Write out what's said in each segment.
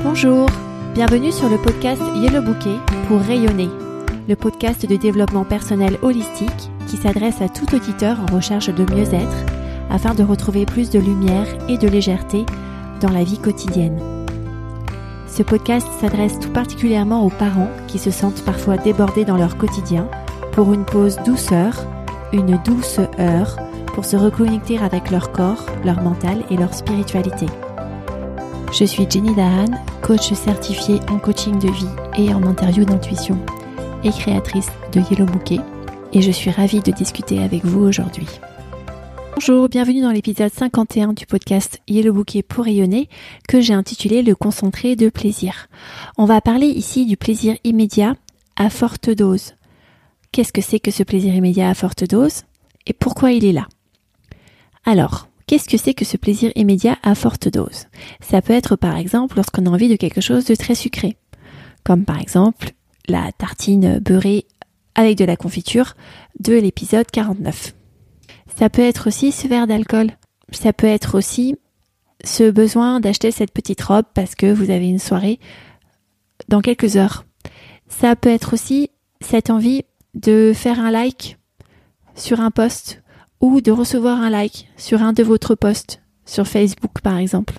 Bonjour, bienvenue sur le podcast Yellow Bouquet pour rayonner, le podcast de développement personnel holistique qui s'adresse à tout auditeur en recherche de mieux-être afin de retrouver plus de lumière et de légèreté dans la vie quotidienne. Ce podcast s'adresse tout particulièrement aux parents qui se sentent parfois débordés dans leur quotidien pour une pause douceur, une douce heure pour se reconnecter avec leur corps, leur mental et leur spiritualité. Je suis Jenny Dahan, coach certifiée en coaching de vie et en interview d'intuition et créatrice de Yellow Bouquet, et je suis ravie de discuter avec vous aujourd'hui. Bonjour, bienvenue dans l'épisode 51 du podcast Yellow Bouquet pour rayonner que j'ai intitulé le concentré de plaisir. On va parler ici du plaisir immédiat à forte dose. Qu'est-ce que c'est que ce plaisir immédiat à forte dose et pourquoi il est là ? Alors, qu'est-ce que c'est que ce plaisir immédiat à forte dose ? Ça peut être par exemple lorsqu'on a envie de quelque chose de très sucré, comme par exemple la tartine beurrée avec de la confiture de l'épisode 49. Ça peut être aussi ce verre d'alcool. Ça peut être aussi ce besoin d'acheter cette petite robe parce que vous avez une soirée dans quelques heures. Ça peut être aussi cette envie de faire un like sur un post ou de recevoir un like sur un de votre posts sur Facebook par exemple.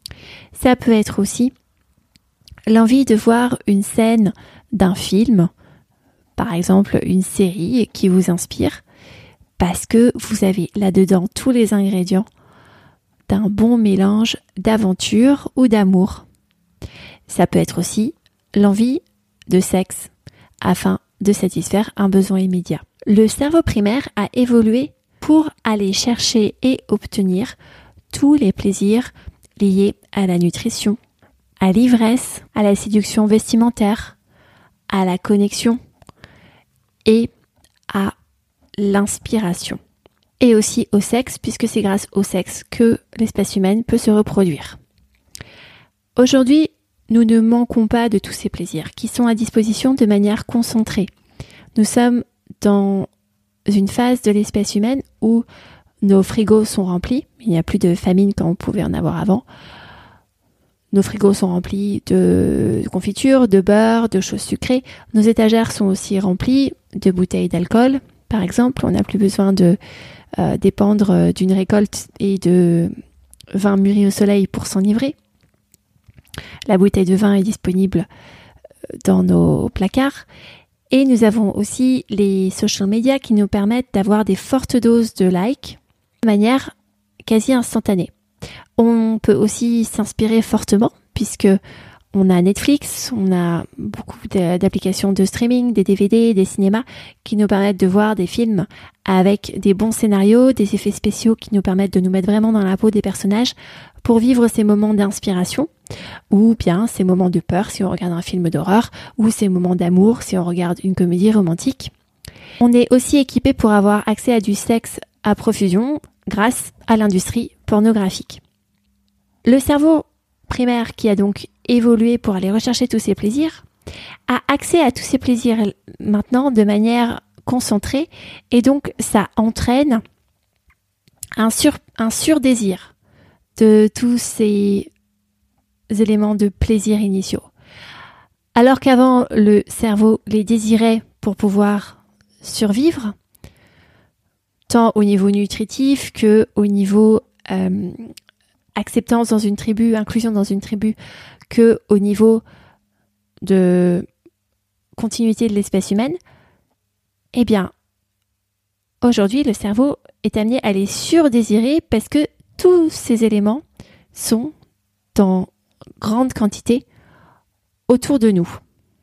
Ça peut être aussi l'envie de voir une scène d'un film, par exemple une série qui vous inspire, parce que vous avez là-dedans tous les ingrédients d'un bon mélange d'aventure ou d'amour. Ça peut être aussi l'envie de sexe afin de satisfaire un besoin immédiat. Le cerveau primaire a évolué pour aller chercher et obtenir tous les plaisirs liés à la nutrition, à l'ivresse, à la séduction vestimentaire, à la connexion et à l'inspiration. Et aussi au sexe, puisque c'est grâce au sexe que l'espèce humaine peut se reproduire. Aujourd'hui, nous ne manquons pas de tous ces plaisirs qui sont à disposition de manière concentrée. Nous sommes dans une phase de l'espèce humaine où nos frigos sont remplis. Il n'y a plus de famine comme on pouvait en avoir avant. Nos frigos sont remplis de confitures, de beurre, de choses sucrées. Nos étagères sont aussi remplies de bouteilles d'alcool. Par exemple, on n'a plus besoin de dépendre d'une récolte et de vin mûri au soleil pour s'enivrer. La bouteille de vin est disponible dans nos placards. Et nous avons aussi les social media qui nous permettent d'avoir des fortes doses de likes de manière quasi instantanée. On peut aussi s'inspirer fortement puisque on a Netflix, on a beaucoup d'applications de streaming, des DVD, des cinémas qui nous permettent de voir des films avec des bons scénarios, des effets spéciaux qui nous permettent de nous mettre vraiment dans la peau des personnages pour vivre ces moments d'inspiration ou bien ces moments de peur si on regarde un film d'horreur ou ces moments d'amour si on regarde une comédie romantique. On est aussi équipé pour avoir accès à du sexe à profusion grâce à l'industrie pornographique. Le cerveau primaire qui a donc évolué pour aller rechercher tous ces plaisirs a accès à tous ces plaisirs maintenant de manière concentrée et donc ça entraîne un surdésir de tous ces éléments de plaisir initiaux. Alors qu'avant, le cerveau les désirait pour pouvoir survivre, tant au niveau nutritif que au niveau acceptance dans une tribu, inclusion dans une tribu, que au niveau de continuité de l'espèce humaine, eh bien, aujourd'hui, le cerveau est amené à les surdésirer parce que tous ces éléments sont en grande quantité autour de nous.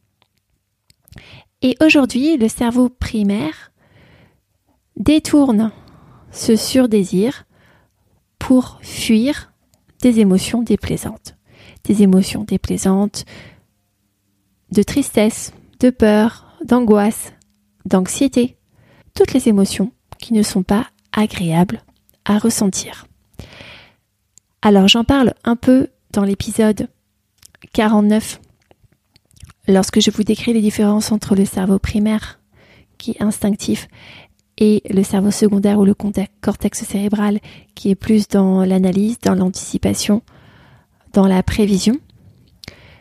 Et aujourd'hui, le cerveau primaire détourne ce surdésir pour fuir des émotions déplaisantes. Des émotions déplaisantes de tristesse, de peur, d'angoisse, d'anxiété. Toutes les émotions qui ne sont pas agréables à ressentir. Alors j'en parle un peu dans l'épisode 49, lorsque je vous décris les différences entre le cerveau primaire, qui est instinctif, et le cerveau secondaire ou le cortex cérébral, qui est plus dans l'analyse, dans l'anticipation, dans la prévision.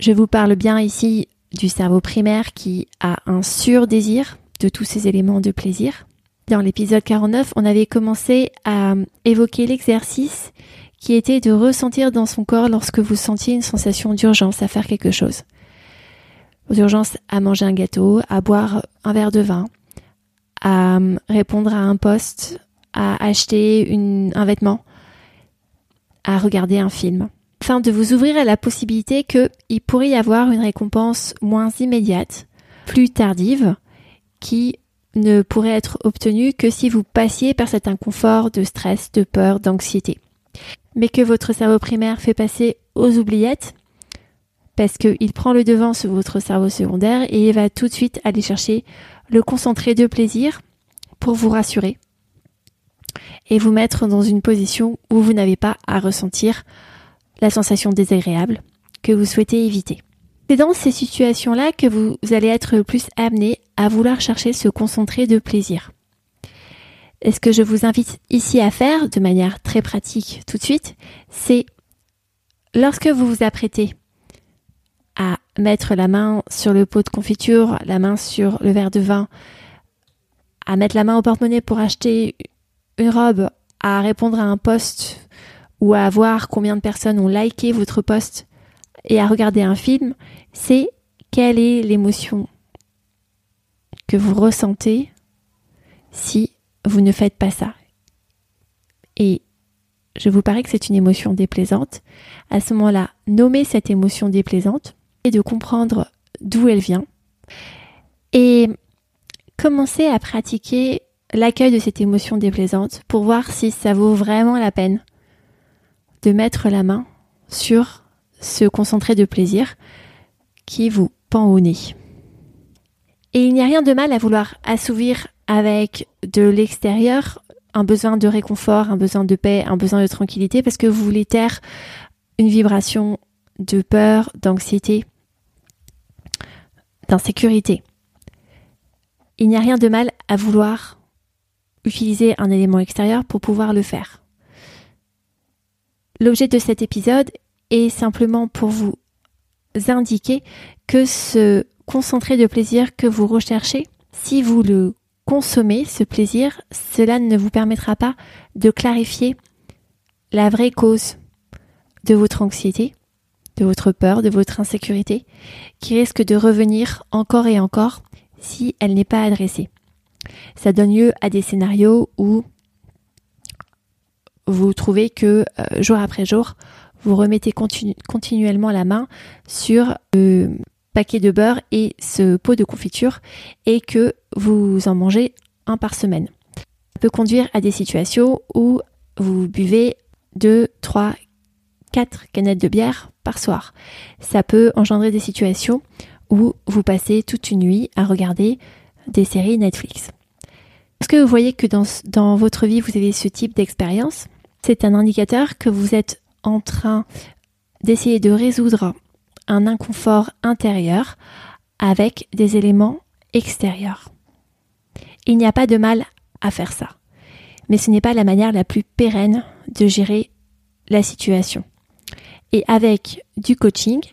Je vous parle bien ici du cerveau primaire qui a un sur-désir de tous ces éléments de plaisir. Dans l'épisode 49, on avait commencé à évoquer l'exercice qui était de ressentir dans son corps lorsque vous sentiez une sensation d'urgence à faire quelque chose. D'urgence à manger un gâteau, à boire un verre de vin, à répondre à un post, à acheter un vêtement, à regarder un film. Afin de vous ouvrir à la possibilité qu'il pourrait y avoir une récompense moins immédiate, plus tardive, qui ne pourrait être obtenue que si vous passiez par cet inconfort de stress, de peur, d'anxiété. Mais que votre cerveau primaire fait passer aux oubliettes parce qu'il prend le devant sur votre cerveau secondaire et il va tout de suite aller chercher le concentré de plaisir pour vous rassurer et vous mettre dans une position où vous n'avez pas à ressentir la sensation désagréable que vous souhaitez éviter. C'est dans ces situations-là que vous allez être le plus amené à vouloir chercher ce concentré de plaisir. Et ce que je vous invite ici à faire de manière très pratique tout de suite, c'est lorsque vous vous apprêtez à mettre la main sur le pot de confiture, la main sur le verre de vin, à mettre la main au porte-monnaie pour acheter une robe, à répondre à un post ou à voir combien de personnes ont liké votre post et à regarder un film, c'est quelle est l'émotion que vous ressentez si vous ne faites pas ça. Et je vous parie que c'est une émotion déplaisante. À ce moment-là, nommez cette émotion déplaisante et de comprendre d'où elle vient et commencez à pratiquer l'accueil de cette émotion déplaisante pour voir si ça vaut vraiment la peine de mettre la main sur ce concentré de plaisir qui vous pend au nez. Et il n'y a rien de mal à vouloir assouvir avec de l'extérieur un besoin de réconfort, un besoin de paix, un besoin de tranquillité parce que vous voulez taire une vibration de peur, d'anxiété, d'insécurité. Il n'y a rien de mal à vouloir utiliser un élément extérieur pour pouvoir le faire. L'objet de cet épisode est simplement pour vous indiquer que ce concentré de plaisir que vous recherchez, si vous le consommez, ce plaisir, cela ne vous permettra pas de clarifier la vraie cause de votre anxiété, de votre peur, de votre insécurité, qui risque de revenir encore et encore si elle n'est pas adressée. Ça donne lieu à des scénarios où vous trouvez que jour après jour, vous remettez continuellement la main sur le paquet de beurre et ce pot de confiture et que vous en mangez un par semaine. Ça peut conduire à des situations où vous buvez 2, 3, 4 canettes de bière par soir. Ça peut engendrer des situations où vous passez toute une nuit à regarder des séries Netflix. Est-ce que vous voyez que dans votre vie, vous avez ce type d'expérience ? C'est un indicateur que vous êtes en train d'essayer de résoudre un inconfort intérieur avec des éléments extérieurs. Il n'y a pas de mal à faire ça, mais ce n'est pas la manière la plus pérenne de gérer la situation. Et avec du coaching,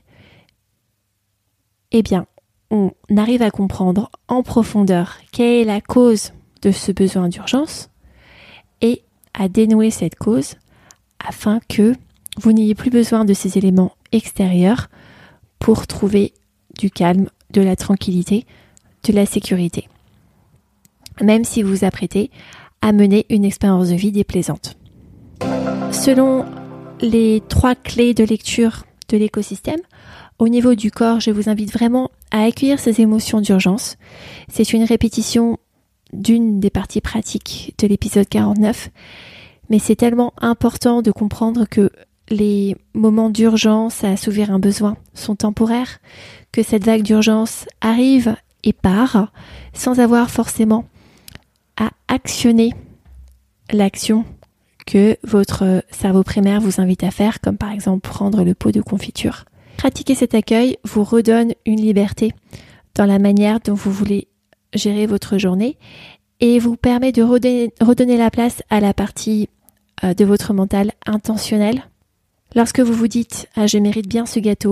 eh bien, on arrive à comprendre en profondeur quelle est la cause de ce besoin d'urgence et à dénouer cette cause afin que vous n'ayez plus besoin de ces éléments extérieurs pour trouver du calme, de la tranquillité, de la sécurité. Même si vous vous apprêtez à mener une expérience de vie déplaisante. Selon les 3 clés de lecture de l'écosystème, au niveau du corps, je vous invite vraiment à accueillir ces émotions d'urgence. C'est une répétition d'une des parties pratiques de l'épisode 49, mais c'est tellement important de comprendre que les moments d'urgence à assouvir un besoin sont temporaires, que cette vague d'urgence arrive et part sans avoir forcément à actionner l'action que votre cerveau primaire vous invite à faire, comme par exemple prendre le pot de confiture. Pratiquer cet accueil vous redonne une liberté dans la manière dont vous voulez gérer votre journée et vous permet de redonner la place à la partie de votre mental intentionnel. Lorsque vous vous dites « Ah, je mérite bien ce gâteau,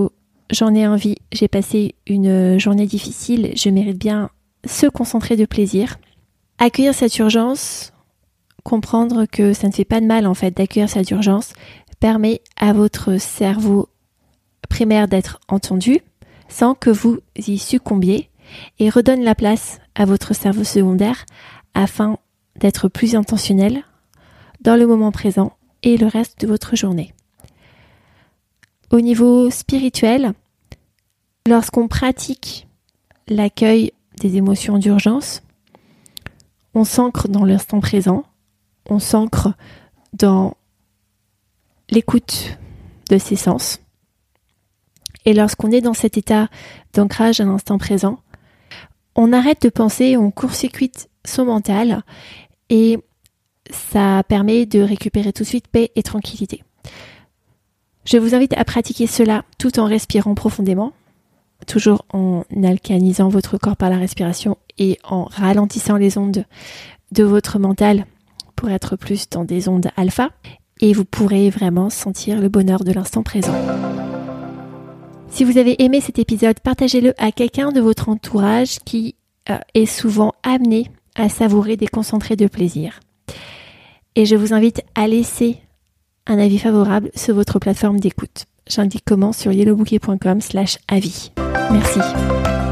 j'en ai envie, j'ai passé une journée difficile, je mérite bien se concentrer de plaisir. Accueillir cette urgence, comprendre que ça ne fait pas de mal en fait d'accueillir cette urgence, permet à votre cerveau primaire d'être entendu sans que vous y succombiez et redonne la place à votre cerveau secondaire afin d'être plus intentionnel dans le moment présent et le reste de votre journée. Au niveau spirituel, lorsqu'on pratique l'accueil des émotions d'urgence, on s'ancre dans l'instant présent, on s'ancre dans l'écoute de ses sens. Et lorsqu'on est dans cet état d'ancrage à l'instant présent, on arrête de penser, on court-circuite son mental et ça permet de récupérer tout de suite paix et tranquillité. Je vous invite à pratiquer cela tout en respirant profondément, toujours en alcanisant votre corps par la respiration et en ralentissant les ondes de votre mental pour être plus dans des ondes alpha. Et vous pourrez vraiment sentir le bonheur de l'instant présent. Si vous avez aimé cet épisode, partagez-le à quelqu'un de votre entourage qui est souvent amené à savourer des concentrés de plaisir. Et je vous invite à laisser un avis favorable sur votre plateforme d'écoute. J'indique comment sur yellowbouquet.com/avis. Merci.